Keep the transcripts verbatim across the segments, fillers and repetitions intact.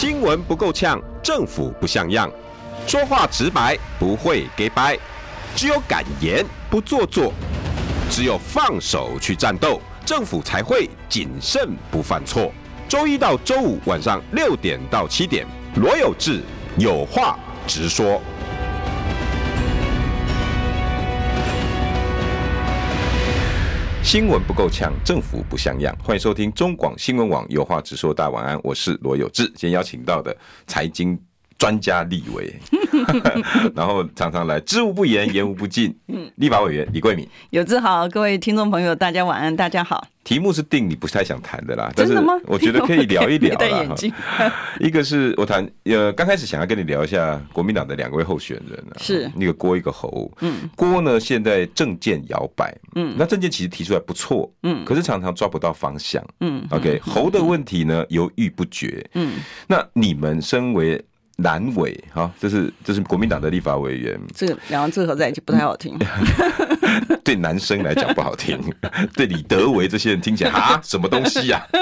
新闻不够呛，政府不像样，说话直白，不会给掰，只有敢言不做作，只有放手去战斗，政府才会谨慎不犯错。周一到周五晚上六点到七点，罗有志有话直说。新闻不够呛，政府不像样。欢迎收听中广新闻网有话直说，大家晚安，我是罗有志。今天邀请到的财经专家立委，然后常常来知无不言，言无不尽。立法委员李桂敏， 有志好，各位听众朋友，大家晚安，大家好。 题目是定你不太想谈的啦， 真的吗？ 但是我觉得可以聊一聊啦。 戴眼镜。 一个是我谈，呃，刚开始想要跟你聊一下国民党的两位候选人啊， 是一个郭一个侯。 嗯， 郭呢现在政见摇摆， 嗯， 那政见其实提出来不错，嗯，可是常常抓不到方向，嗯 ，OK， 侯的问题呢犹豫不决，嗯，那你们身为蓝委哈，这是这是国民党的立法委员， 这个两个字合在一起不太好听。 对男生来讲不好听，对李德维这些人听起来啊什么东西啊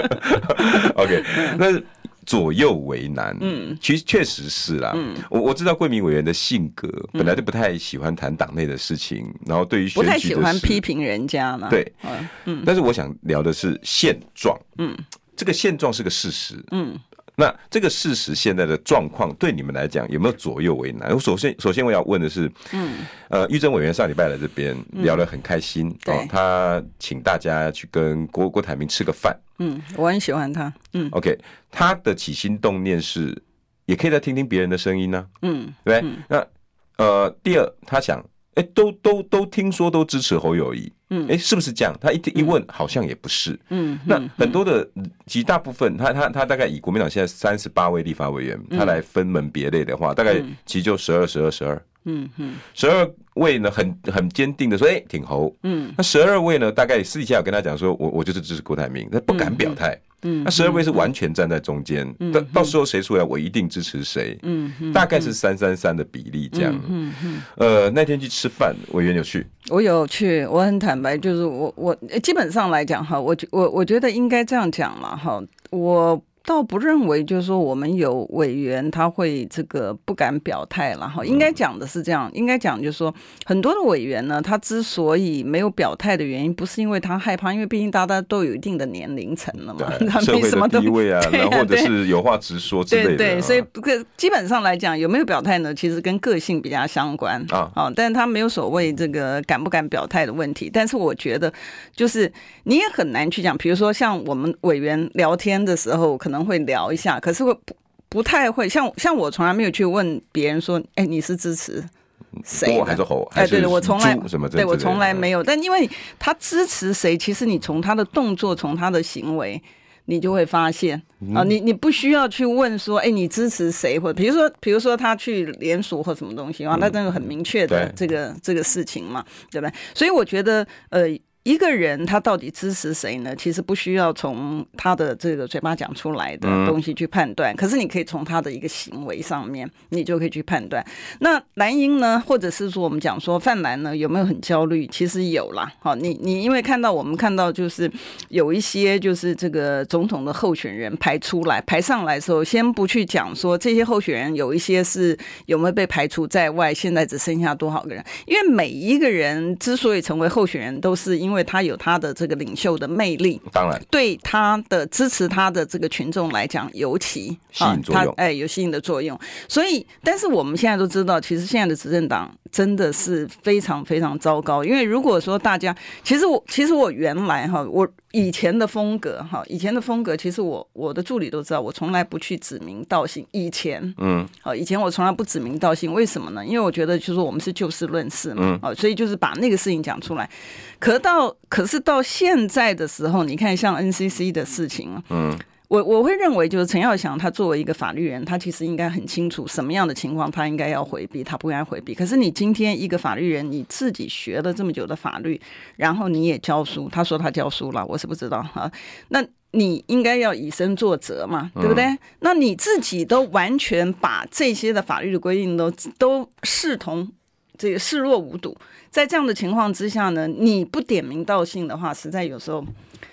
？OK， 那左右为难，嗯，其实确实是啦。嗯，我我知道桂民委员的性格本来就不太喜欢谈党内的事情，然后对于选举的事不太喜欢批评人家嘛。 对，嗯，但是我想聊的是现状，嗯，这个现状是个事实，嗯。那这个事实现在的状况对你们来讲有没有左右为难？我首先首先我要问的是，嗯，呃，玉珍委员上礼拜来这边聊得很开心，嗯哦，他请大家去跟郭郭台铭吃个饭， 嗯，我很喜欢他，嗯 ，OK， 他的起心动念是也可以再听听别人的声音呢，啊，嗯，对不对？嗯，那呃，第二他想，哎，都都都听说都支持侯友宜。嗯，哎，是不是这样？他一一问，好像也不是。嗯，那很多的，其实大部分，他他他大概以国民党现在三十八位立法委员，他来分门别类的话，大概其实就十二、十二、十二。嗯嗯，十二位呢，很很坚定的说，哎，挺侯。嗯，那十二位呢，大概私底下有跟他讲说，我我就是支持郭台铭，他不敢表态。嗯，那十二位是完全站在中间，到到时候谁出来，我一定支持谁。嗯，大概是三三三的比例这样。嗯嗯，呃，那天去吃饭，委员有去？ 我有去，我很坦白，就是我我基本上来讲哈，我我我觉得应该这样讲嘛哈，我倒不认为就是说我们有委员他会这个不敢表态了哈，应该讲的是这样，应该讲就是说很多的委员呢，他之所以没有表态的原因，不是因为他害怕，因为毕竟大家都有一定的年龄层了嘛，他没什么社会的地位啊，然后或者是有话直说之类的， 对对，所以基本上来讲，有没有表态呢，其实跟个性比较相关啊，啊，但是他没有所谓这个敢不敢表态的问题，但是我觉得就是你也很难去讲，比如说像我们委员聊天的时候，可能可能会聊一下，可是会不不太会像像我从来没有去问别人说，哎，你是支持谁还是侯？哎， 对对，我从来什么？ 对我从来没有。但因为他支持谁，其实你从他的动作，从他的行为，你就会发现啊，你你不需要去问说，哎，你支持谁？或者比如说，比如说他去联署或什么东西啊，那真的很明确的这个这个事情嘛，对不对？所以我觉得，呃。一个人他到底支持谁呢？其实不需要从他的这个嘴巴讲出来的东西去判断，嗯，可是你可以从他的一个行为上面，你就可以去判断。那蓝营呢，或者是说我们讲说泛蓝呢，有没有很焦虑？其实有啦。好，你你因为看到我们看到就是有一些就是这个总统的候选人排出来排上来的时候，先不去讲说这些候选人有一些是有没有被排除在外，现在只剩下多少个人？因为每一个人之所以成为候选人，都是因为因为他有他的这个领袖的魅力， 当然对他的支持他的这个群众来讲，尤其吸引作用， 哎，有吸引的作用。所以，但是我们现在都知道，其实现在的执政党真的是非常非常糟糕。因为如果说大家，其实我其实我原来哈，我以前的风格哈，以前的风格，其实我我的助理都知道，我从来不去指名道姓。以前，嗯，好，以前我从来不指名道姓，为什么呢？因为我觉得就是我们是就事论事嘛，嗯，所以就是把那个事情讲出来。可到可是到现在的时候，你看像 N C C 的事情，嗯。我我会认为，就是陈耀祥他作为一个法律人，他其实应该很清楚什么样的情况他应该要回避，他不应该回避。可是你今天一个法律人，你自己学了这么久的法律，然后你也教书，他说他教书了，我是不知道哈。那你应该要以身作则嘛，对不对？嗯，那你自己都完全把这些的法律的规定都都视同这个视若无睹，在这样的情况之下呢，你不点名道姓的话，实在有时候。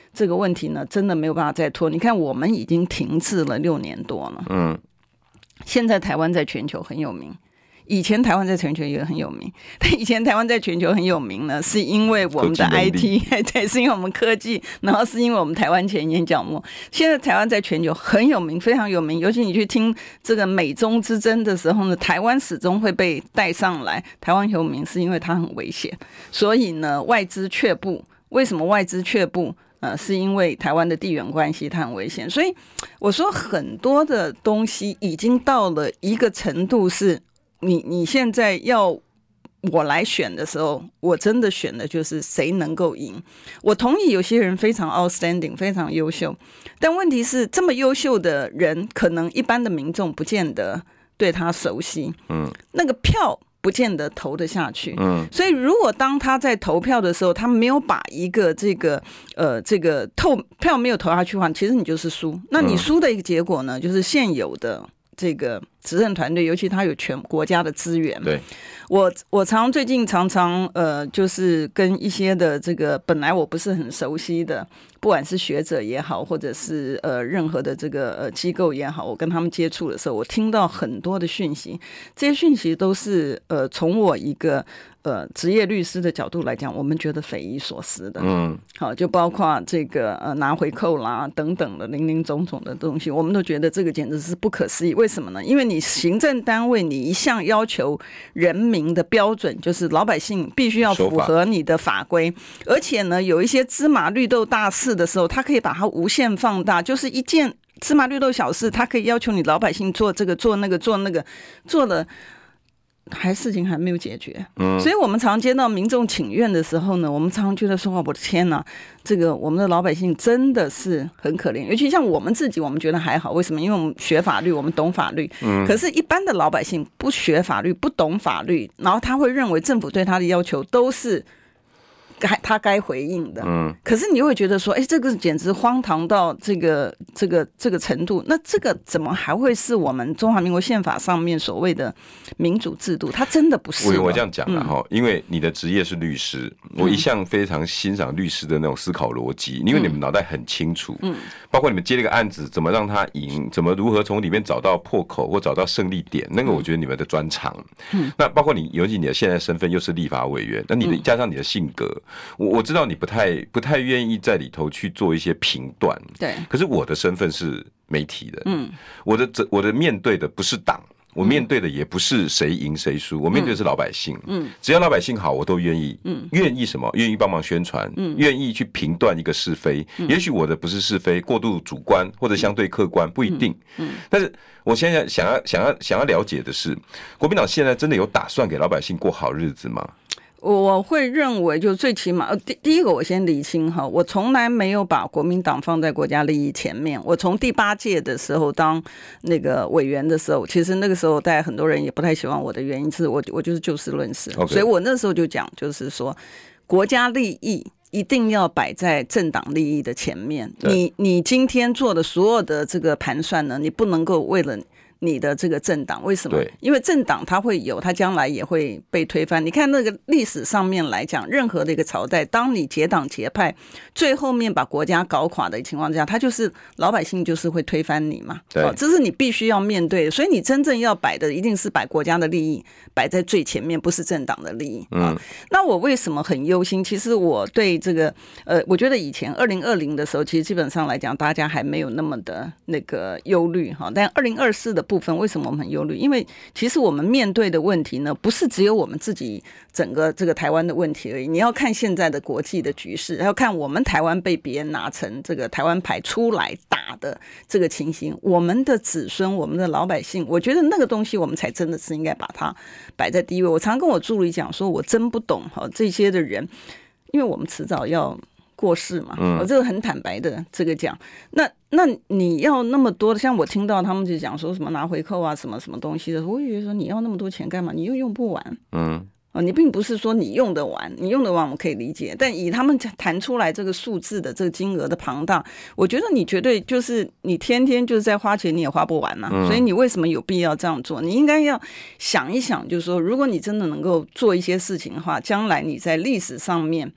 这个问题呢，真的没有办法再拖。你看，我们已经停滞了六年多了。嗯，现在台湾在全球很有名。以前台湾在全球也很有名，但以前台湾在全球很有名呢，是因为我们的 I T， 对，是因为我们科技，然后是因为我们台湾前眼角膜。现在台湾在全球很有名，非常有名，尤其你去听这个美中之争的时候呢，台湾始终会被带上来。台湾有名是因为它很危险，所以呢，外资却步。为什么外资却步？呃，是因为台湾的地缘关系它很危险。所以我说很多的东西已经到了一个程度是。你你现在要我来选的时候，我真的选的就是谁能够赢。我同意有些人非常 outstanding， 非常优秀，但问题是这么优秀的人，可能一般的民众不见得对他熟悉，嗯，那个票不见得投得下去，嗯，所以如果当他在投票的时候，他没有把一个这个呃这个投票没有投下去的话，其实你就是输。那你输的一个结果呢，就是现有的这个执政团队，尤其他有全国家的资源。 对， 我我常最近常常呃，就是跟一些的这个本来我不是很熟悉的，不管是学者也好，或者是呃任何的这个呃机构也好，我跟他们接触的时候，我听到很多的讯息，这些讯息都是呃从我一个呃职业律师的角度来讲，我们觉得匪夷所思的。嗯，好，就包括这个呃拿回扣啦等等的零零总总的东西，我们都觉得这个简直是不可思议。为什么呢？因为你行政单位你一向要求人民的标准就是老百姓必须要符合你的法规，而且呢有一些芝麻绿豆大事的时候，它可以把它无限放大，就是一件芝麻绿豆小事，它可以要求你老百姓做这个做那个做那个，做了还事情还没有解决。嗯，所以我们常接到民众请愿的时候呢，我们常常觉得说，我的天哪，这个我们的老百姓真的是很可怜。尤其像我们自己，我们觉得还好，为什么？因为我们学法律，我们懂法律。嗯，可是一般的老百姓不学法律，不懂法律，然后他会认为政府对他的要求都是该他该回应的。嗯，可是你会觉得说，哎，这个简直荒唐到这个这个这个程度。那这个怎么还会是我们中华民国宪法上面所谓的民主制度？它真的不是。 我我这样讲了哈，嗯，因为你的职业是律师，我一向非常欣赏律师的那种思考逻辑，因为你们脑袋很清楚，嗯，包括你们接了一个案子，怎么让他赢，怎么如何从里面找到破口或找到胜利点，那个我觉得你们的专长。嗯，那包括你，尤其你的现在身份又是立法委员，那你的加上你的性格。我我知道你不太不太愿意在里头去做一些评断， 对。 可是我的身份是媒体的，嗯，我的我的面对的不是党，我面对的也不是谁赢谁输，我面对的是老百姓，嗯，只要老百姓好，我都愿意，嗯，愿意什么？愿意帮忙宣传，嗯，愿意去评断一个是非。嗯，也许我的不是是非，过度主观或者相对客观，不一定，嗯。嗯，但是我现在想要想要想要了解的是，国民党现在真的有打算给老百姓过好日子吗？ 我会认为，就最起码，呃，第第一个我先厘清哈，我从来没有把国民党放在国家利益前面。我从第八届的时候当那个委员的时候，其实那个时候大家很多人也不太喜欢我的原因是我我就是就事论事， okay. 所以我那时候就讲，就是说国家利益一定要摆在政党利益的前面。你你今天做的所有的这个盘算呢，你不能够为了你的这个政党，为什么？因为政党它会有，它将来也会被推翻。你看那个历史上面来讲，任何的一个朝代，当你结党结派，最后面把国家搞垮的情况下，它就是老百姓就是会推翻你嘛。 对， 哦，这是你必须要面对的。所以你真正要摆的，一定是摆国家的利益摆在最前面，不是政党的利益。嗯，哦，那我为什么很忧心？其实我对这个，呃，我觉得以前二零二零的时候，其实基本上来讲，大家还没有那么的那个忧虑哈。但二零二四的部分，为什么我们很忧虑？因为其实我们面对的问题呢，不是只有我们自己整个这个台湾的问题而已。你要看现在的国际的局势，要看我们台湾被别人拿成这个台湾牌出来打的这个情形，我们的子孙、我们的老百姓，我觉得那个东西我们才真的是应该把它摆在第一位。我常跟我助理讲说，我真不懂哈这些的人，因为我们迟早要过世嘛，我这个很坦白的这个讲，那那你要那么多的，像我听到他们就讲说什么拿回扣啊，什么什么东西的，我以为说你要那么多钱干嘛？你又用不完，嗯，啊，你并不是说你用得完，你用得完我可以理解，但以他们谈出来这个数字的这个金额的庞大，我觉得你绝对就是你天天就是在花钱，你也花不完嘛，嗯，所以你为什么有必要这样做？你应该要想一想，就是说，如果你真的能够做一些事情的话，将来你在历史上面。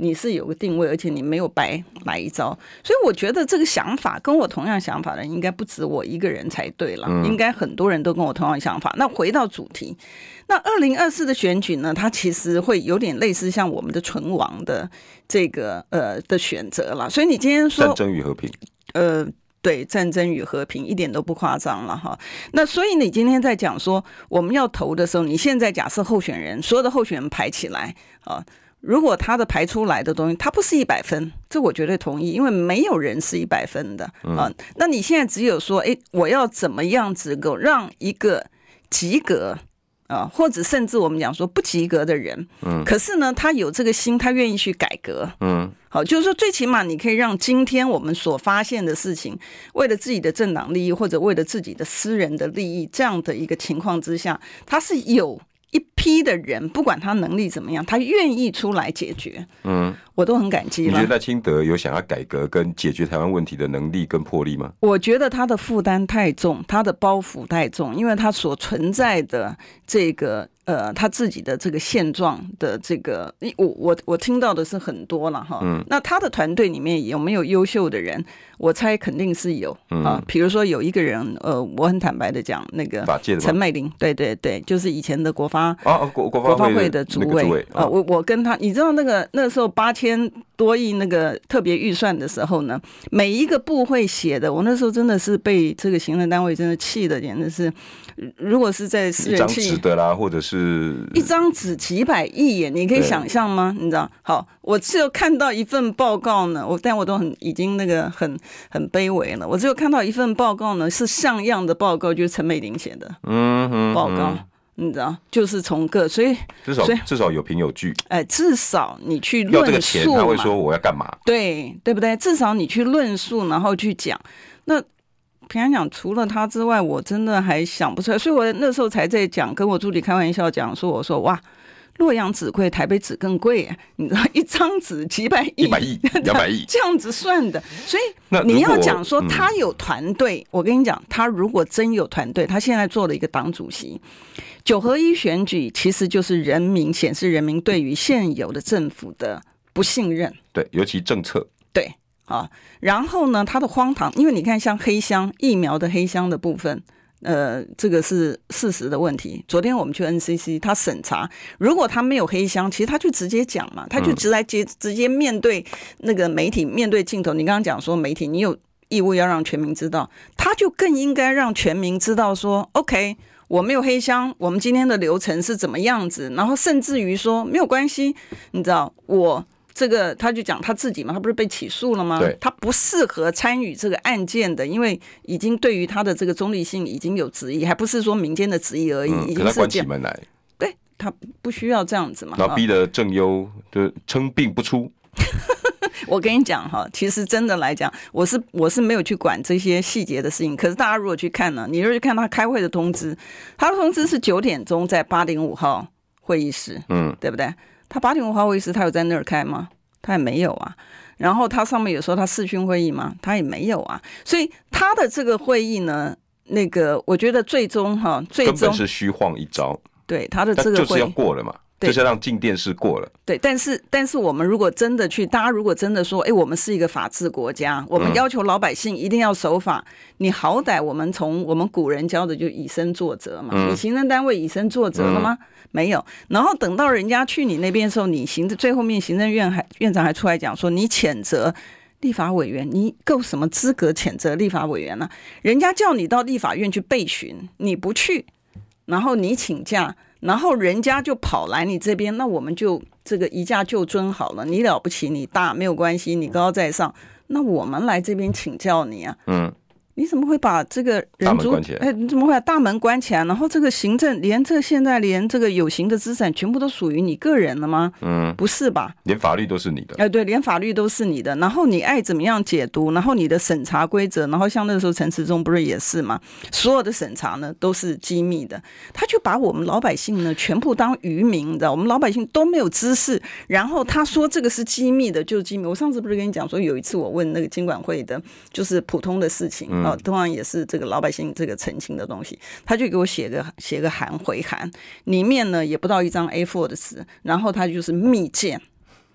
你是有个定位，而且你没有白来一招。所以我觉得这个想法跟我同样想法的人应该不止我一个人才对了，嗯、应该很多人都跟我同样想法。那回到主题，那二零二四的选举呢，它其实会有点类似像我们的存亡的这个呃的选择了。所以你今天说战争与和平， 呃。对，战争与和平一点都不夸张了哈。那所以你今天在讲说我们要投的时候，你现在假设候选人所有的候选人排起来啊，如果他的排出来的东西他不是一百分，这我绝对同意，因为没有人是一百分的啊。那你现在只有说，哎，我要怎么样子够让一个及格啊，或者甚至我们讲说不及格的人，嗯，可是呢，他有这个心，他愿意去改革，嗯。好，就是说，最起码你可以让今天我们所发现的事情，为了自己的政党利益，或者为了自己的私人的利益，这样的一个情况之下，他是有一批的人，不管他能力怎么样，他愿意出来解决。嗯，我都很感激了。 你觉得赖清德有想要改革跟解决台湾问题的能力跟魄力吗？ 我觉得他的负担太重，他的包袱太重，因为他所存在的这个。呃，他自己的这个现状的这个，我我我听到的是很多了哈。嗯，那他的团队里面有没有优秀的人？我猜肯定是有、嗯、啊。比如说有一个人，呃，我很坦白的讲，那个陈美玲，对对对，就是以前的国发啊国国发会的主委、那個、啊。我我跟他，你知道那个那个时候八千多亿那个特别预算的时候呢，每一个部会写的，我那时候真的是被这个行政单位真的气的，简直是。如果是在私人企业，一张纸的啦，或者是一张纸几百亿耶，你可以想象吗？你知道？好，我只有看到一份报告呢，我但我都很已经那个很很卑微了。我只有看到一份报告呢，是像样的报告，就是陈美玲写的，嗯哼，报告。你知道，就是从各，所以至少至少有凭有据， 哎，至少你去论述嘛， 要这个钱他会说我要干嘛？ 对对不对？至少你去论述，然后去讲。那平常讲，除了他之外，我真的还想不出来，所以我那时候才在讲，跟我助理开玩笑讲说，我说哇，洛阳纸贵，台北纸更贵，你知道，一张纸几百亿、 一百亿、两百亿， 这样子算的。所以你要讲说他有团队、嗯，我跟你讲，他如果真有团队，他现在做了一个党主席。九合一选举其实就是人民显示人民对于现有的政府的不信任， 对，尤其政策， 对。啊，然后呢，它的荒唐，因为你看像黑箱疫苗的黑箱的部分，呃，这个是事实的问题。昨天我们去 N C C， 他审查，如果他没有黑箱，其实他就直接讲嘛，他就直来接直接面对那个媒体，面对镜头。你刚刚讲说媒体，你有义务要让全民知道，他就更应该让全民知道说 ，OK， 我没有黑箱，我们今天的流程是怎么样子，然后甚至于说没有关系，你知道我。这个他就讲他自己嘛，他不是被起诉了吗？ 对， 他不适合参与这个案件的，因为已经对于他的这个中立性已经有质疑，还不是说民间的质疑而已， 嗯、 已经是他关起门来， 对他不需要这样子嘛， 然后逼得政优就称病不出。 我跟你讲哈，其实真的来讲，我是我是没有去管这些细节的事情。可是大家如果去看呢，你如果去看他开会的通知，他的通知是九点钟在八零五号会议室，嗯，对不对？他八点五号会议室，他有在那儿开吗？他也没有啊。然后他上面有说他视讯会议吗？他也没有啊。所以他的这个会议呢，那个我觉得最终哈，最终根本是虚晃一招。 对他的这个会就是要过了嘛。就是让进电视过了， 对，但是但是我们如果真的去，大家如果真的说，哎，我们是一个法治国家，我们要求老百姓一定要守法，嗯、你好歹我们从我们古人教的就以身作则嘛，嗯、你行政单位以身作则了吗？嗯、没有。然后等到人家去你那边的时候，你行最后面行政院还院长还出来讲说，你谴责立法委员，你够什么资格谴责立法委员呢、啊？人家叫你到立法院去备询，你不去，然后你请假。然后人家就跑来你这边，那我们就这个移驾就尊好了。你了不起，你大没有关系，你高高在上。那我们来这边请教你啊，嗯，你怎么会把这个人族哎，你怎么会把大门关起来？然后这个行政连这现在连这个有形的资产全部都属于你个人了吗？嗯，不是吧？ 连法律都是你的。 哎，对，连法律都是你的。然后你爱怎么样解读，然后你的审查规则，然后像那个时候陈时中不是也是吗？所有的审查呢都是机密的，他就把我们老百姓呢全部当愚民，你知道，我们老百姓都没有知识。然后他说这个是机密的，就是机密。我上次不是跟你讲说，有一次我问那个金管会的，就是普通的事情。嗯哦，通常也是这个老百姓这个澄清的东西，他就给我写个写个函回函，里面呢也不到一张 A 四 的纸，然后他就是密件，嗯，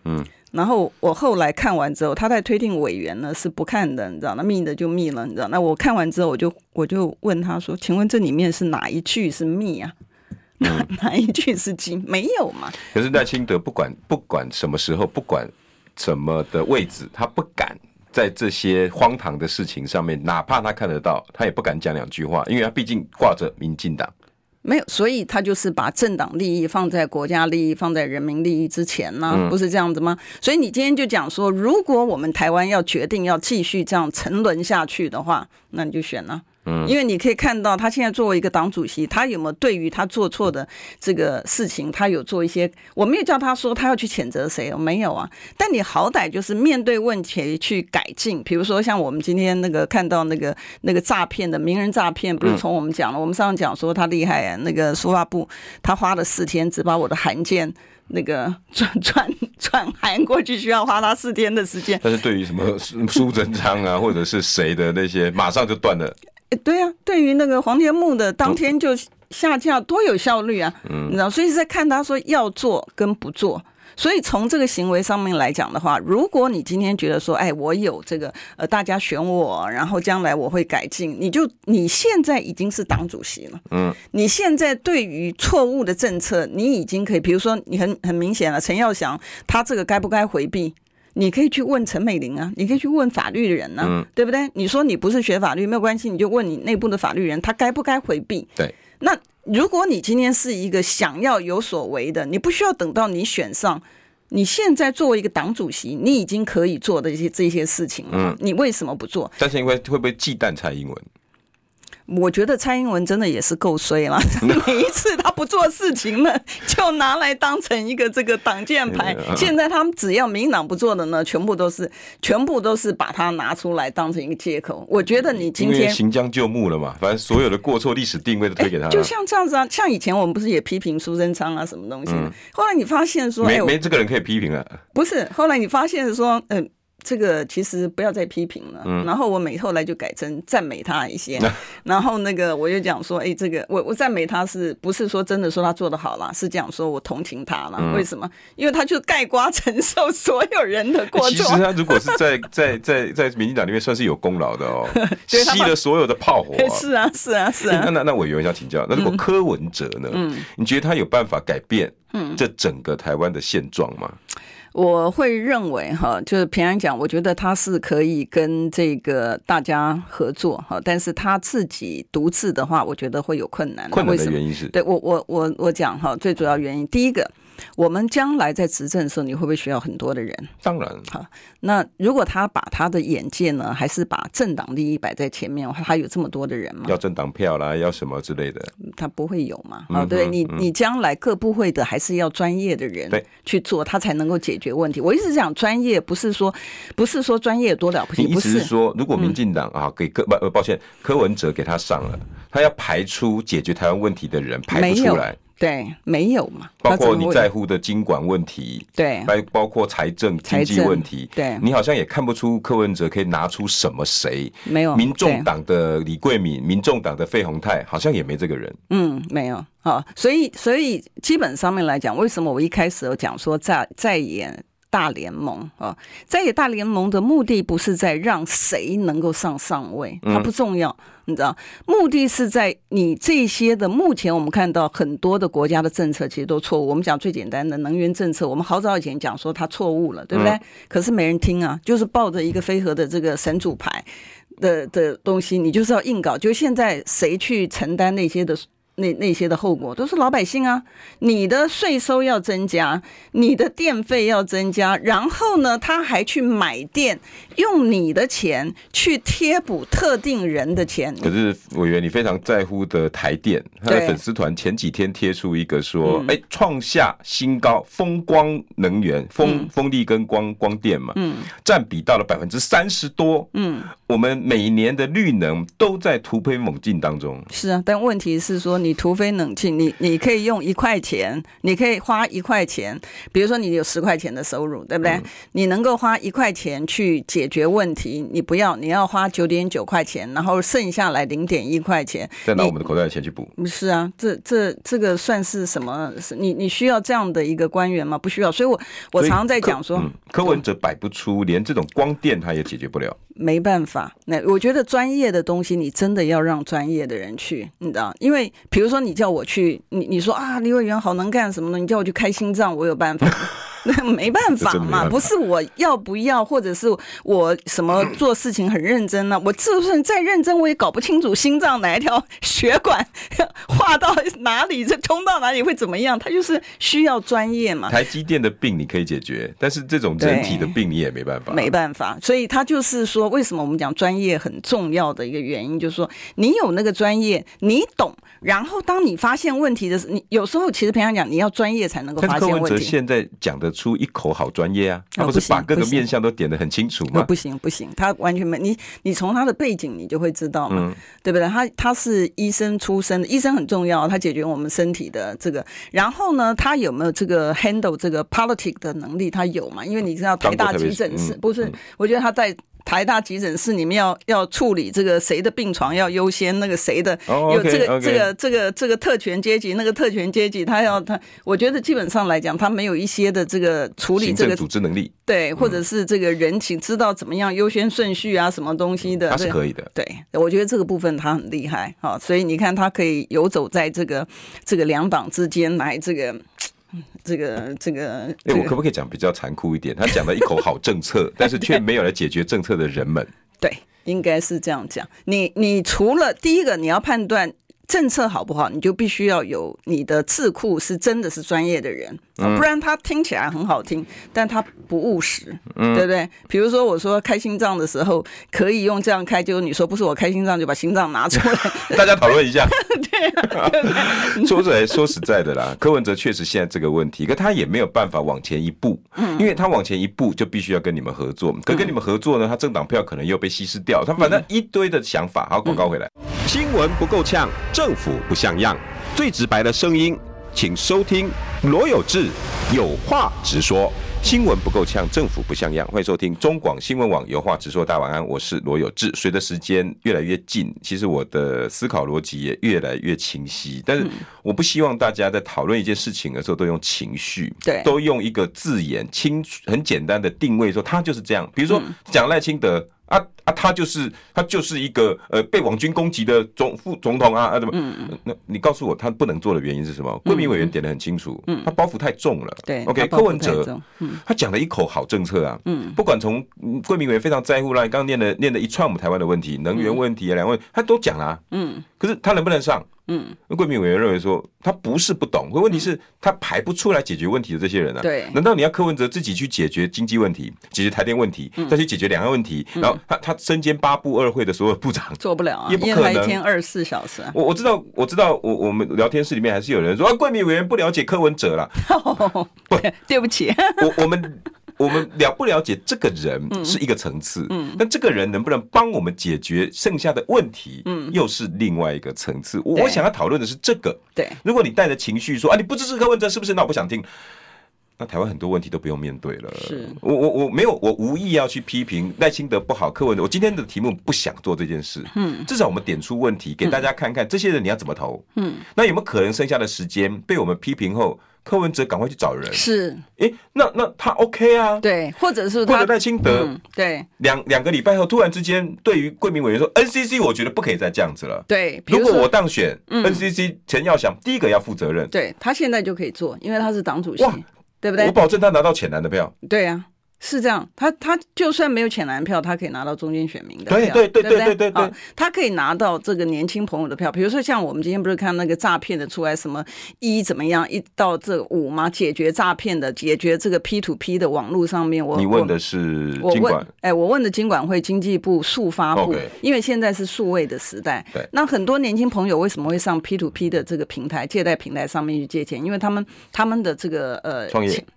然后我后来看完之后，他在推定委员呢是不看的，你知道，那密的就密了，你知道。那我看完之后，我就我就问他说：“请问这里面是哪一句是密啊？哪、嗯、哪一句是禁？没有嘛？” 可是赖清德不管不管什么时候，不管什么的位置，他不敢在这些荒唐的事情上面，哪怕他看得到，他也不敢讲两句话，因为他毕竟挂着民进党。 没有，所以他就是把政党利益放在国家利益、放在人民利益之前呢、啊，不是这样子吗？所以你今天就讲说，如果我们台湾要决定要继续这样沉沦下去的话，那你就选了、啊。嗯，因为你可以看到他现在作为一个党主席，他有没有对于他做错的这个事情，他有做一些，我没有叫他说他要去谴责谁，没有啊。但你好歹就是面对问题去改进，比如说像我们今天那个看到那个那个诈骗的名人诈骗，不是从我们讲了，我们上次讲说他厉害啊，那个书发部他花了四天只把我的函件。那个转转转函过去需要花他四天的时间， 但是对于什么苏贞昌啊，或者是谁的那些，马上就断了。 对啊，对于那个黄天木的，当天就下架，多有效率啊！嗯，你知道，所以是在看他说要做跟不做。所以从这个行为上面来讲的话，如果你今天觉得说，哎，我有这个呃，大家选我，然后将来我会改进，你就你现在已经是党主席了，嗯，你现在对于错误的政策，你已经可以，比如说你很很明显了，陈耀祥他这个该不该回避？你可以去问陈美玲啊，你可以去问法律的人啊，嗯、对不对？你说你不是学法律没有关系，你就问你内部的法律人，他该不该回避？ 对， 那。如果你今天是一个想要有所为的，你不需要等到你选上，你现在作为一个党主席，你已经可以做的一些这些事情了，嗯、你为什么不做？ 但是因为会不会忌惮蔡英文？ 我觉得蔡英文真的也是够衰了，每一次他不做事情呢，就拿来当成一个这个挡箭牌。现在他们只要民进党不做的呢，全部都是全部都是把它拿出来当成一个借口。我觉得你今天因为行将就木了嘛，反正所有的过错历史定位都推给他了。 就像这样子啊，像以前我们不是也批评苏贞昌啊什么东西的、嗯、后来你发现说没没这个人可以批评了， 不是？后来你发现说，嗯、呃。这个其实不要再批评了，嗯、然后我每后来就改成赞美他一些，嗯、然后那个我就讲说，哎，这个我我赞美他是不是说真的说他做得好啦，是讲说我同情他啦、嗯、为什么？因为他就概括承受所有人的过错。 其实他如果是在在在在民进党里面算是有功劳的哦，吸了所有的炮火、啊。 是啊是啊是啊。 那那那委员要请教，那如果柯文哲呢？嗯，你觉得他有办法改变这整个台湾的现状吗？ 我会认为哈，就是平安讲，我觉得他是可以跟这个大家合作哈，但是他自己独自的话，我觉得会有困难。 困难的原因是？ 对我我我我讲哈，最主要原因，第一个，我们将来在执政的时候，你会不会需要很多的人？ 当然。 好，那如果他把他的眼界呢，还是把政党利益摆在前面，他有这么多的人吗？ 要政党票啦，要什么之类的， 他不会有嘛？好、嗯，对你，你将来各部会的还是要专业的人去做，他才能够解决问题。我一直讲专业，不是说不是说专业多了不起， 你意思是说，如果民进党、嗯、啊给柯不抱歉柯文哲给他上了，他要排出解决台湾问题的人排不出来。 对，没有嘛？ 包括你在乎的经管问题， 对， 包括财政经济问题， 对， 你好像也看不出柯文哲可以拿出什么谁， 没有。 民众党的李桂敏，民众党的费鸿泰，好像也没这个人。 嗯，没有。好，所以所以基本上面来讲，为什么我一开始有讲说在在演大联盟啊，在野大联盟的目的不是在让谁能够上上位，它不重要。嗯，你知道，目的是在你这些的目前我们看到很多的国家的政策其实都错误。我们讲最简单的能源政策，我们好早以前讲说它错误了，对不对？嗯、可是没人听啊，就是抱着一个飞核的这个神主牌的的东西，你就是要硬搞。就现在谁去承担那些的？那那些的后果都是老百姓啊！你的税收要增加，你的电费要增加，然后呢，他还去买电，用你的钱去贴补特定人的钱。 可是委员，你非常在乎的台电，他的粉丝团前几天贴出一个说，哎，创下新高，风光能源、风风力跟光光电嘛，嗯，占比到了百分之三十多，嗯，我们每年的绿能都在突飞猛进当中。 是啊，但问题是说你。 你突飞冷静，你你可以用一块钱，你可以花一块钱，比如说你有十块钱的收入，对不对？嗯、你能够花一块钱去解决问题，你不要，你要花九点九块钱，然后剩下来零点一块钱， 再拿我们的口袋的钱去补。 是啊，这这这个算是什么？你你需要这样的一个官员吗？不需要。所以我我常常在讲说， 嗯、柯文哲摆不出，连这种光电他也解决不了。 没办法，那我觉得专业的东西你真的要让专业的人去，你知道？因为比如说你叫我去，你你说啊，李委员好能干什么的，你叫我去开心脏，我有办法？那没办法嘛，不是我要不要，或者是我什么做事情很认真呢、啊？我就算再认真，我也搞不清楚心脏哪一条血管划到哪里，这通到哪里会怎么样？它就是需要专业嘛。 台积电的病你可以解决，但是这种人体的病你也没办法， 没办法。所以他就是说，为什么我们讲专业很重要的一个原因，就是说你有那个专业，你懂。然后当你发现问题的时候，你有时候其实平常讲，你要专业才能够发现问题。 但是柯文哲现在讲得出一口好专业啊，他不是把各个面向都点得很清楚吗？ 不行不行，他完全没你，你从他的背景你就会知道嘛，嗯、对不对？他他是医生出身的，医生很重要，他解决我们身体的这个。然后呢，他有没有这个 handle 这个 politics 的能力？他有嘛？因为你知道台大急诊室、嗯、不是、嗯，我觉得他在。台大急诊室里面要要处理这个谁的病床要优先，那个谁的有这个、oh, okay, okay. 这个这个这个特权阶级，那个特权阶级，他要他，我觉得基本上来讲，他没有一些的这个处理这个行政组织能力， 对，或者是这个人情，知道怎么样优先顺序啊，什么东西的， 他是可以的。 对，我觉得这个部分他很厉害啊，所以你看他可以游走在这个这个两党之间来这个。这个这个， 这个欸、我可不可以讲比较残酷一点？他讲了一口好政策，但是却没有来解决政策的人们。 对，应该是这样讲。你你除了第一个，你要判断政策好不好，你就必须要有你的智库是真的是专业的人，嗯、不然他听起来很好听，但他不务实，嗯、对不对？比如说我说开心脏的时候可以用这样开，结果你说不是我开心脏就把心脏拿出来， 大家讨论一下。 对啊，对对说出来说实在的啦，柯文哲确实现在这个问题，可他也没有办法往前一步，嗯、因为他往前一步就必须要跟你们合作，可跟你们合作呢，他政党票可能又被稀释掉，他反正一堆的想法。好，广告回来，嗯、新闻不够呛，政府不像样，最直白的声音，请收听罗有志有话直说。新闻不够呛，政府不像样，欢迎收听中广新闻网有话直说。大家晚安，我是罗有志。随着时间越来越近，其实我的思考逻辑也越来越清晰，但是我不希望大家在讨论一件事情的时候都用情绪，对，都用一个字眼清很简单的定位说他就是这样。比如说讲赖清德。啊啊，他就是他就是一个呃被网军攻击的总副总统啊啊，怎么？嗯嗯。那你告诉我他不能做的原因是什么？贵民委员点得很清楚，嗯，他包袱太重了。对 ，OK， 柯文哲，嗯，他讲了一口好政策啊，嗯，不管从贵民委员非常在乎啦，你刚刚念的念了一串我们台湾的问题，能源问题啊，两个问题他都讲了、啊，嗯，可是他能不能上？嗯，贵民委员认为说他不是不懂，可问题是他排不出来解决问题的这些人啊。对，难道你要柯文哲自己去解决经济问题、解决台电问题，嗯、再去解决两岸问题，嗯、然后他他身兼八部二会的所有部长，做不了啊，也不可能，一天二十四小时、啊。我我知道，我知道，我我们聊天室里面还是有人说啊，贵民委员不了解柯文哲啦。 哦、不，对不起， 我我们。我们了不了解这个人是一个层次，嗯，但这个人能不能帮我们解决剩下的问题，嗯，又是另外一个层次。我想要讨论的是这个。对，如果你带着情绪说啊，你不支持柯文哲是不是？那我不想听。那台湾很多问题都不用面对了。是，我我我没有，我无意要去批评赖清德不好，柯文哲。我今天的题目不想做这件事。嗯，至少我们点出问题，给大家看看这些人你要怎么投。嗯，那有没有可能剩下的时间被我们批评后？柯文哲赶快去找人，是，哎，那那他 OK 啊， 对，或者是他或者赖清德， 嗯、对， 两两个礼拜后突然之间，对于贵民委员说 N C C， 我觉得不可以再这样子了， 对， 如果我当选、嗯、，N C C 陈耀祥第一个要负责任， 对他现在就可以做，因为他是党主席，对不对？ 我保证他拿到浅蓝的票， 对啊。是这样，他他就算没有浅蓝票，他可以拿到中间选民的票， 对对对对对对对， 他可以拿到这个年轻朋友的票。比如说像我们今天不是看那个诈骗的出来，什么一怎么样，一到这五嘛，解决诈骗的，解决这个 P to P 的网络上面，我你问的是金管， 哎，我问的金管会、经济部、数发部， okay. 因为现在是数位的时代，对，那很多年轻朋友为什么会上 P to P 的这个平台、借贷平台上面去借钱？因为他们他们的这个呃创业。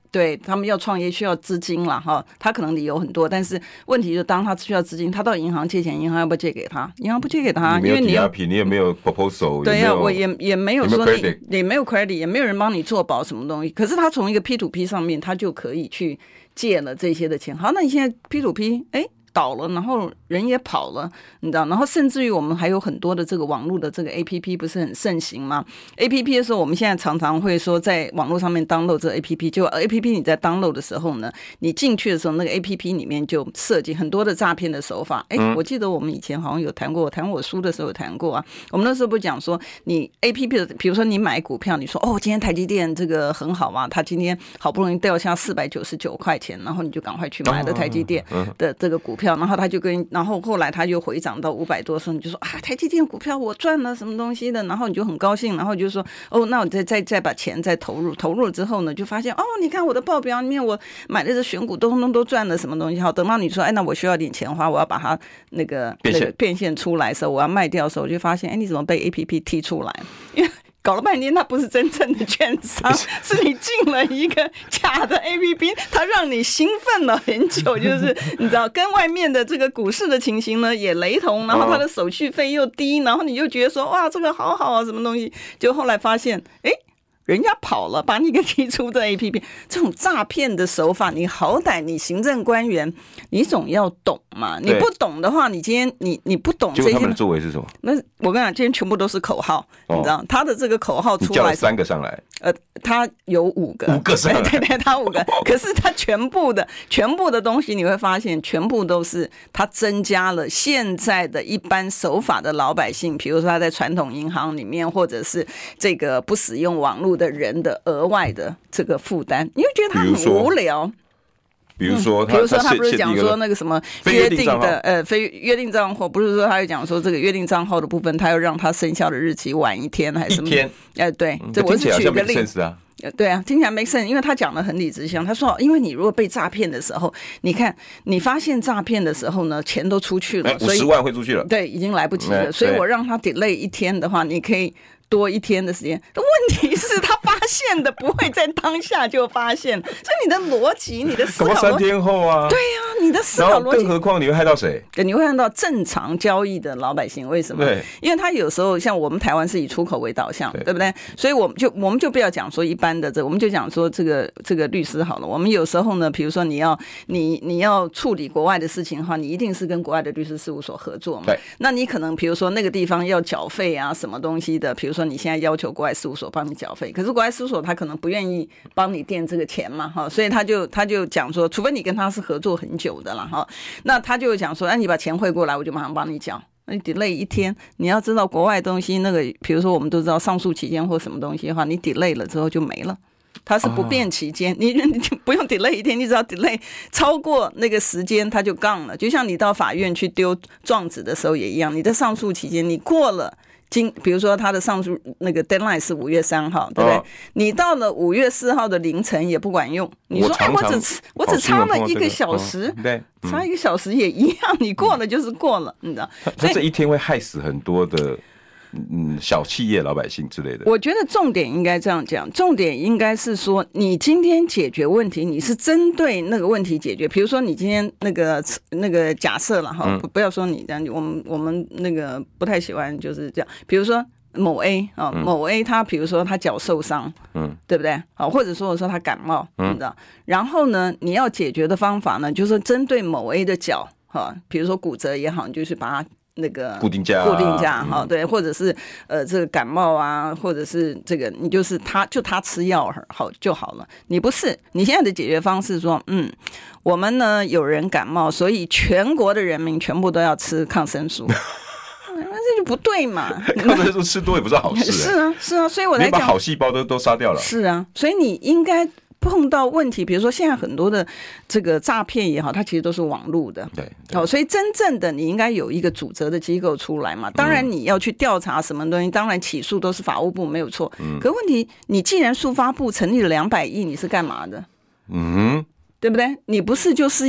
对他们要创业需要资金啦哈，他可能理由很多，但是问题就是当他需要资金，他到银行借钱，银行要不要借给他？银行不借给他， 因为你有抵押品，你也没有 proposal， 对呀、啊，我也也没有说你也没有 credit， 也没有人帮你做保什么东西。可是他从一个 P to P 上面，他就可以去借了这些的钱。好，那你现在 P to P， 哎。倒了，然后人也跑了，你知道，然后甚至于我们还有很多的这个网络的这个 A P P 不是很盛行吗 ？A P P 的时候，我们现在常常会说在网络上面 download 这个 A P P， 就 A P P 你在 download 的时候呢，你进去的时候，那个 A P P 里面就设计很多的诈骗的手法。哎，我记得我们以前好像有谈过，我谈我书的时候有谈过啊。我们那时候不是讲说，你 A P P 的，比如说你买股票，你说哦，今天台积电这个很好嘛，它今天好不容易掉下四百九十九块钱，然后你就赶快去买了台积电的这个股票，然后他就跟然后后来它就回涨到五百多的时候，你就说啊，台积电股票我赚了什么东西的，然后你就很高兴，然后就说哦，那我再再再把钱再投入，投入了之后呢，就发现哦，你看我的报表里面我买的这选股都都都赚了什么东西。好，等到你说哎，那我需要点钱花，我要把它那个那个变现出来的时候，我要卖掉的时候，我就发现哎，你怎么被 A P P 踢出来？因为搞了半天，它不是真正的券商，是你进了一个假的 A P P， 它让你兴奋了很久，就是你知道，跟外面的这个股市的情形呢也雷同，然后它的手续费又低，然后你就觉得说哇，这个好好啊，什么东西，就后来发现，哎。人家跑了，把你给踢出这 A P P， 这种诈骗的手法，你好歹你行政官员，你总要懂嘛。你不懂的话，你今天你你不懂这些， 结果他们的作为是什么？ 那我跟你讲，今天全部都是口号，哦、你知道，他的这个口号出来， 你叫了三个上来， 呃，他有五个， 五个上来， 对对对，他五个，可是他全部的全部的东西，你会发现，全部都是他增加了现在的一般守法的老百姓，比如说他在传统银行里面，或者是这个不使用网络的人的额外的这个负担，你会觉得他很无聊。 比如说他， 比如说他不是讲说那个什么约定的呃非约定账号，不是说他有讲说这个约定账号的部分，他要让他生效的日期晚一天还是什么？ 一天？ 哎，对，这我是举个例子啊。 对啊，听起来没 sense， 因为他讲的很理直气壮。他说，因为你如果被诈骗的时候，你看你发现诈骗的时候呢，钱都出去了， 五十万会出去了， 对，已经来不及了。所以我让他 delay 一天的话，你可以多一天的时间。问题是，他发现的不会在当下就发现，所以你的逻辑、你的思考， 三天后啊， 对呀、啊，你的思考逻辑， 更何况你会害到谁？ 你会害到正常交易的老百姓。为什么？ 对， 因为他有时候像我们台湾是以出口为导向， 对, 对不对？所以我们就我们就不要讲说一般的这，我们就讲说这个这个律师好了。我们有时候呢，比如说你要你你要处理国外的事情的话，你一定是跟国外的律师事务所合作嘛。 对， 那你可能比如说那个地方要缴费啊，什么东西的，比如说你现在要求国外事务所帮你缴费，可是国外事务所他可能不愿意帮你垫这个钱嘛，哈，所以他就他就讲说，除非你跟他是合作很久的了，哈，那他就讲说，哎、啊，你把钱汇过来，我就马上帮你缴。你 delay 一天，你要知道国外东西那个，比如说我们都知道上诉期间或什么东西的话，你 delay 了之后就没了。它是不变期间，你你不用 delay 一天，你只要 delay 超过那个时间，它就杠了。就像你到法院去丢状纸的时候也一样，你在上诉期间你过了。今比如说他的上诉那个 deadline 是五月三号，对不对？哦、你到了五月四号的凌晨也不管用。你说哎，我只我只差了一个小时， 哦对嗯、 差一个小时也一样，你过了就是过了，嗯、你知道？ 他这一天会害死很多的。嗯，小企业老百姓之类的， 我觉得重点应该这样讲，重点应该是说，你今天解决问题，你是针对那个问题解决。比如说，你今天那个那个假设了哈，嗯、不要说你这样，我们我们那个不太喜欢就是这样。比如说某 A 啊、嗯，某 A 他比如说他脚受伤，嗯，对不对？啊，或者说我说他感冒，嗯，你知道？然后呢，你要解决的方法呢，就是针对某 A 的脚，哈，比如说骨折也好，你就是把它。那个固定价， 固定价哈，对，或者是呃这个感冒啊，或者是这个你就是他就他吃药好就好了。你不是，你现在的解决方式说，嗯，我们呢有人感冒，所以全国的人民全部都要吃抗生素。那这就不对嘛！ 抗生素吃多也不是好事、欸。 是啊，是啊，所以我来讲， 你把好细胞都都杀掉了。 是啊，所以你应该。碰到问题，比如说现在很多的这个诈骗也好，它其实都是网络的， 对， 好、哦，所以真正的你应该有一个主责的机构出来嘛。当然你要去调查什么东西，嗯、当然起诉都是法务部没有错。嗯，可问题你既然速发部成立了两百亿，你是干嘛的？嗯，对不对？你不是就是要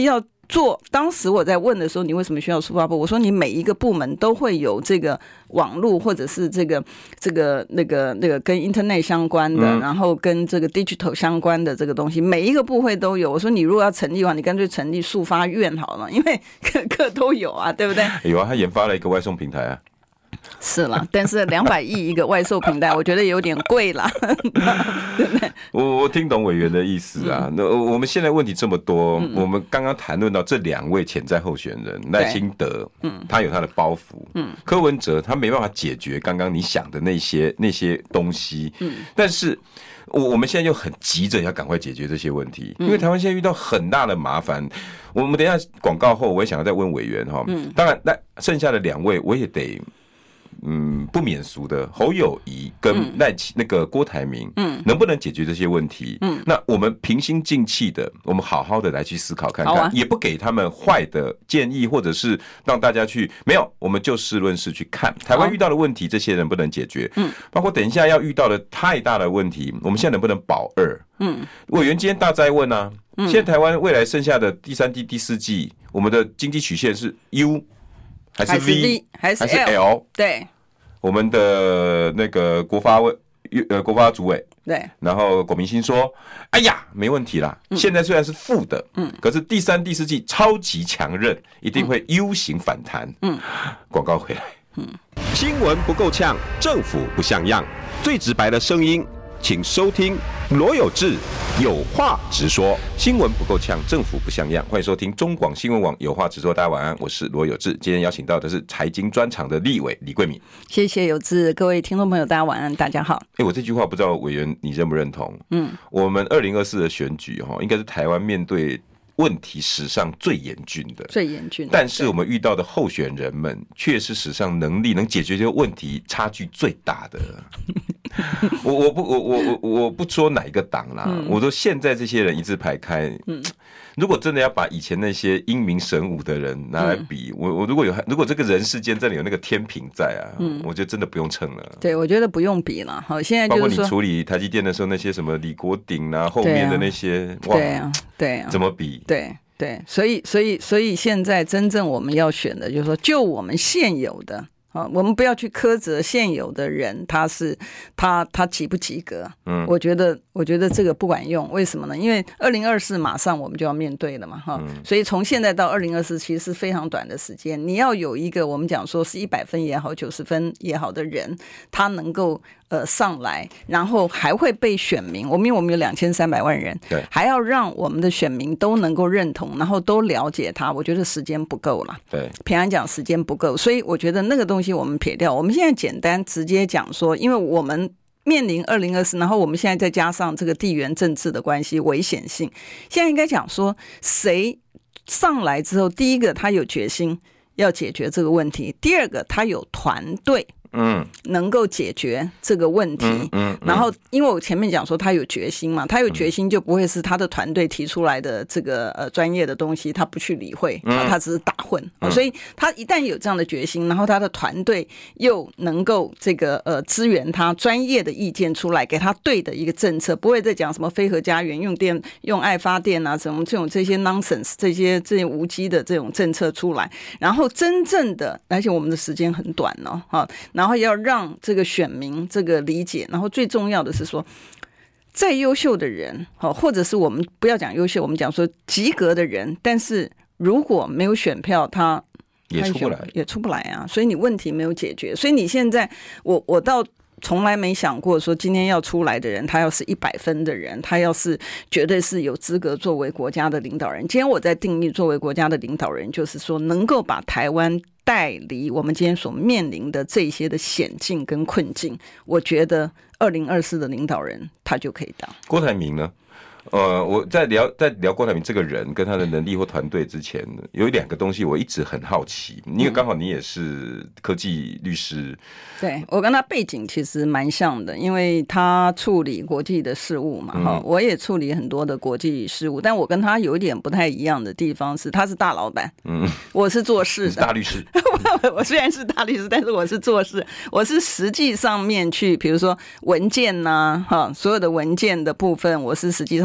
做，当时我在问的时候，你为什么需要数发部？我说你每一个部门都会有这个网络或者是这个这个那个那个跟 Internet 相关的，嗯、然后跟这个 digital 相关的这个东西，每一个部会都有。我说你如果要成立的话，你干脆成立数发院好了，因为各个都有啊，对不对？ 有啊，他研发了一个外送平台啊。 是啦，但是两百亿一个外售平台，我觉得有点贵啦，对不对？ 我我听懂委员的意思啊。那、嗯、我们现在问题这么多，嗯、我们刚刚谈论到这两位潜在候选人，赖清德，嗯，他有他的包袱，嗯，柯文哲他没办法解决刚刚你想的那些那些东西，嗯，但是我我们现在又很急着要赶快解决这些问题，因为台湾现在遇到很大的麻烦。我们等一下广告后，我也想要再问委员哈，嗯，当然那剩下的两位我也得。嗯，不免俗的侯友宜跟赖清、嗯、那个郭台铭，嗯，能不能解决这些问题？嗯，那我们平心静气的，我们好好的来去思考看看，啊、也不给他们坏的建议，或者是让大家去没有，我们就事论事去看台湾遇到的问题，这些人不能解决，嗯，包括等一下要遇到的太大的问题，我们现在能不能保二？嗯，委员今天大哉问啊，嗯、现在台湾未来剩下的第三季、第四季，我们的经济曲线是 U。还是 V 还是 L？ 对， 我们的那个国发委呃国发主委对， 然后龚明鑫说：“哎呀，没问题啦，嗯、现在虽然是负的，嗯，可是第三、第四季超级强韧，一定会 U 型反弹。”嗯，广告回来，嗯， 新闻不够呛，政府不像样，最直白的声音，请收听罗有志有话直说。 新闻不够呛，政府不像样，欢迎收听中广新闻网有话直说。大家晚安，我是罗有志。今天邀请到的是财经专场的立委李桂敏。 谢谢有志，各位听众朋友，大家晚安，大家好。 哎，我这句话不知道委员你认不认同？嗯，我们二零二四的选举哈，应该是台湾面对问题史上最严峻的， 最严峻。 但是我们遇到的候选人们，却是史上能力能解决这个问题差距最大的。我我不我我我我不说哪一个党啦，嗯、我说现在这些人一字排开。嗯，如果真的要把以前那些英明神武的人拿来比，嗯、我我如果有如果这个人世间真的有那个天平在啊，嗯、我觉得真的不用称了。 对，我觉得不用比了。好，现在就是说，包括你处理台积电的时候，那些什么李国鼎啊，后面的那些，哇， 对啊，对啊， 怎么比？ 对。对，所以，所以，所以现在真正我们要选的，就是说，就我们现有的啊，我们不要去苛责现有的人，他是他他及不及格？嗯，我觉得，我觉得这个不管用。为什么呢？因为二零二四马上我们就要面对了嘛，哈、嗯，所以从现在到二零二四其实是非常短的时间，你要有一个我们讲说是一百分也好，九十分也好的人，他能够。呃，上来，然后还会被选民，我们因为我们有两千三百万人， 对， 还要让我们的选民都能够认同，然后都了解他，我觉得时间不够了。 对， 平安讲时间不够，所以我觉得那个东西我们撇掉。我们现在简单直接讲说，因为我们面临二零二四，然后我们现在再加上这个地缘政治的关系危险性，现在应该讲说，谁上来之后，第一个他有决心要解决这个问题，第二个他有团队。嗯，能够解决这个问题，嗯，嗯嗯然后因为我前面讲说他有决心嘛，他有决心就不会是他的团队提出来的这个呃专业的东西，他不去理会，嗯、他只是打混，嗯、所以他一旦有这样的决心，然后他的团队又能够这个呃支援他专业的意见出来，给他对的一个政策，不会再讲什么非核家园、用电用爱发电啊，什么这种这些 nonsense 这些这些无稽的这种政策出来，然后真正的，而且我们的时间很短哦，哈。然后要让这个选民这个理解，然后最重要的是说，再优秀的人，或者是我们不要讲优秀，我们讲说及格的人，但是如果没有选票，他也出不来， 也出不来啊。所以你问题没有解决，所以你现在，我我到。从来没想过说今天要出来的人，他要是一百分的人，他要是绝对是有资格作为国家的领导人。今天我在定义作为国家的领导人，就是说能够把台湾带离我们今天所面临的这些的险境跟困境，我觉得二零二四的领导人他就可以当。 郭台铭呢？呃，我在聊在聊郭台铭这个人跟他的能力或团队之前，有两个东西我一直很好奇，因为刚好你也是科技律师， 对我跟他背景其实蛮像的，因为他处理国际的事务嘛，哈、嗯，我也处理很多的国际事务，但我跟他有一点不太一样的地方是，他是大老板，嗯，我是做事的， 你是大律师， 我虽然是大律师，但是我是做事，我是实际上面去，比如说文件呐、啊，哈，所有的文件的部分，我是实际上。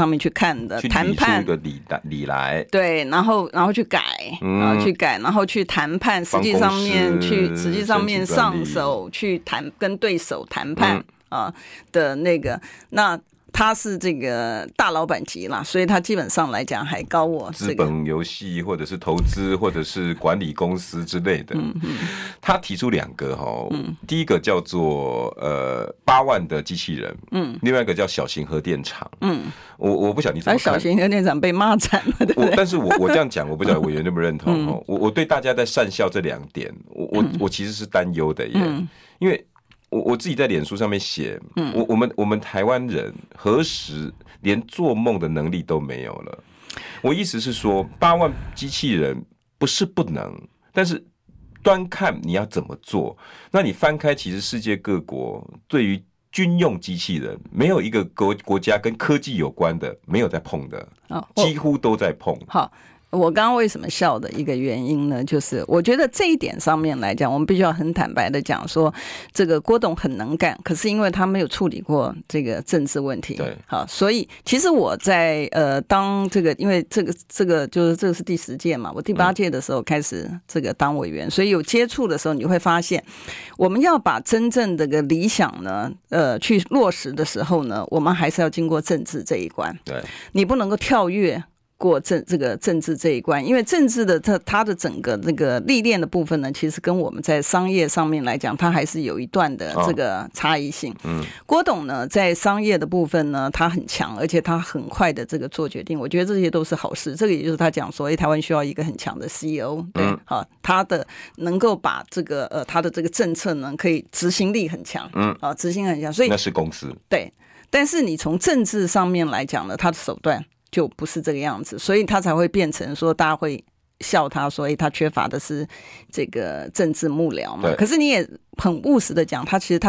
上面去看的， 去谈判一个理理来， 对，然后然后去改， 嗯、 然后去改，然后去谈判，实际上面去实际上面上手去谈跟对手谈判、嗯、啊的那个那。他是这个大老板级啦，所以他基本上来讲还高我资本游戏或者是投资或者是管理公司之类的。嗯嗯、他提出两个哈、嗯，第一个叫做呃八万的机器人，嗯，另外一个叫小型核电厂，嗯，我我不晓得你怎么看。 小型核电厂被骂惨了，对不对？ 但是我我这样讲，我不晓得委员认不认同哦、嗯。我我对大家在善笑这两点，我我、嗯、我其实是担忧的耶，嗯、因为。我我自己在脸书上面写，嗯、我我们我们台湾人何时连做梦的能力都没有了？我意思是说，八万机器人不是不能，但是端看你要怎么做。那你翻开，其实世界各国对于军用机器人，没有一个国国家跟科技有关的没有在碰的，哦、几乎都在碰。 好。我刚刚为什么笑的一个原因呢，就是我觉得这一点上面来讲，我们必须要很坦白的讲说，这个郭董很能干，可是因为他没有处理过这个政治问题， 对， 好，所以其实我在呃当这个，因为这个这个就是这个是第十届嘛，我第八届的时候开始这个当委员，嗯、所以有接触的时候，你会发现，我们要把真正的个理想呢，呃，去落实的时候呢，我们还是要经过政治这一关， 对， 你不能够跳跃。过政这个政治这一关，因为政治的它它的整个那个历练的部分呢，其实跟我们在商业上面来讲，它还是有一段的这个差异性。哦、嗯，郭董呢在商业的部分呢，他很强，而且他很快的这个做决定，我觉得这些都是好事。这个也就是他讲说，哎，台湾需要一个很强的 C E O， 对，嗯、好，他的能够把这个呃他的这个政策呢，可以执行力很强，嗯，啊，执行力很强，所以那是公司对，但是你从政治上面来讲呢，他的手段。就不是这个样子，所以他才会变成说，大家会笑他说，哎，他缺乏的是这个政治幕僚嘛。可是你也很务实的讲，他其实他。